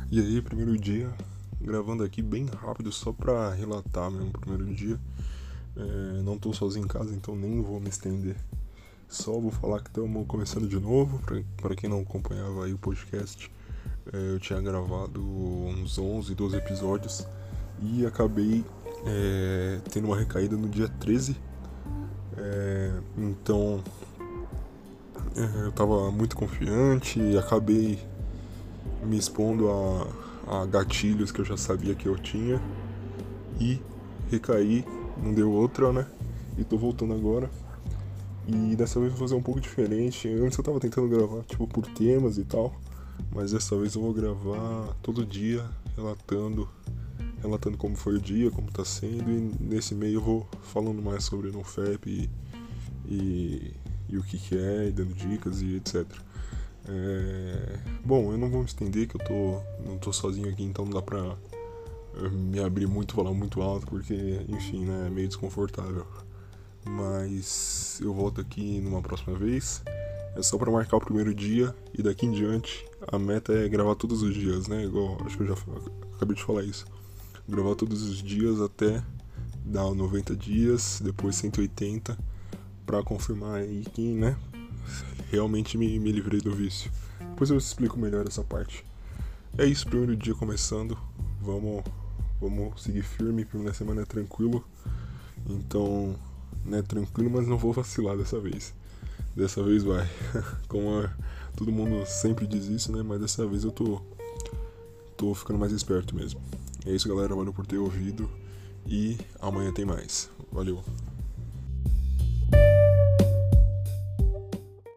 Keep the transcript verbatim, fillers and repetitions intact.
E aí, primeiro dia, gravando aqui bem rápido, só pra relatar mesmo, primeiro dia. É, não tô sozinho em casa, então nem vou me estender. Só vou falar que estamos começando de novo. Pra, pra quem não acompanhava aí o podcast, é, eu tinha gravado uns onze, doze episódios e acabei é, tendo uma recaída no dia treze. É, então, é, eu tava muito confiante e acabei me expondo a, a gatilhos que eu já sabia que eu tinha e recaí, não deu outra, né? E tô voltando agora. E dessa vez vou fazer um pouco diferente. Antes eu tava tentando gravar tipo por temas e tal, mas dessa vez eu vou gravar todo dia, relatando, relatando como foi o dia, como tá sendo, e nesse meio eu vou falando mais sobre NoFap e, e, e o que, que é, e dando dicas e etcétera. É... Bom, eu não vou me estender que eu tô, não tô sozinho aqui, então não dá pra me abrir muito, falar muito alto, porque, enfim, né, é meio desconfortável. Mas eu volto aqui numa próxima vez. É só pra marcar o primeiro dia e daqui em diante a meta é gravar todos os dias, né? Igual, acho que eu já acabei de falar isso. Gravar todos os dias até dar noventa dias, depois cento e oitenta, pra confirmar aí que, né, realmente me, me livrei do vício. Depois eu explico melhor essa parte. É isso, primeiro dia começando. Vamos, vamos seguir firme, primeira semana é tranquilo. Então, né, tranquilo, mas não vou vacilar dessa vez. Dessa vez vai. Como é, todo mundo sempre diz isso, né? Mas dessa vez eu tô, tô ficando mais esperto mesmo. É isso, galera. Valeu por ter ouvido. E amanhã tem mais. Valeu.